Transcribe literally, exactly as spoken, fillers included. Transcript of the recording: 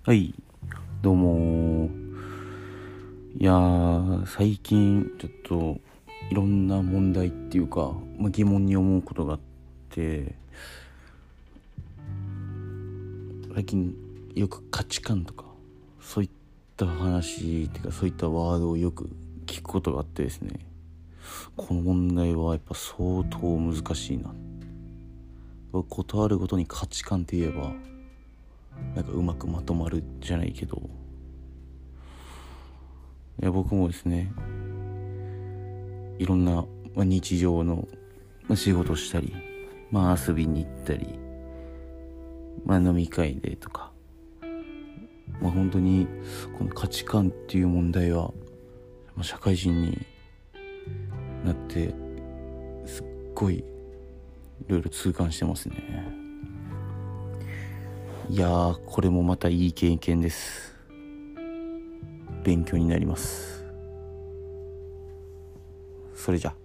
はい、どうも。いやー、最近ちょっといろんな問題っていうか、まあ、疑問に思うことがあって、最近よく価値観とかそういった話っていうか、そういったワードをよく聞くことがあってですね、この問題はやっぱ相当難しいな。ことあるごとに価値観って言えばなんかうまくまとまるじゃないけど、いや僕もですね、いろんな、まあ、日常の、まあ、仕事したり、まあ、遊びに行ったり、まあ、飲み会でとか、まあ、本当にこの価値観っていう問題は、まあ、社会人になってすっごいいろいろ痛感してますね。いやー、これもまたいい経験です。勉強になります。それじゃ。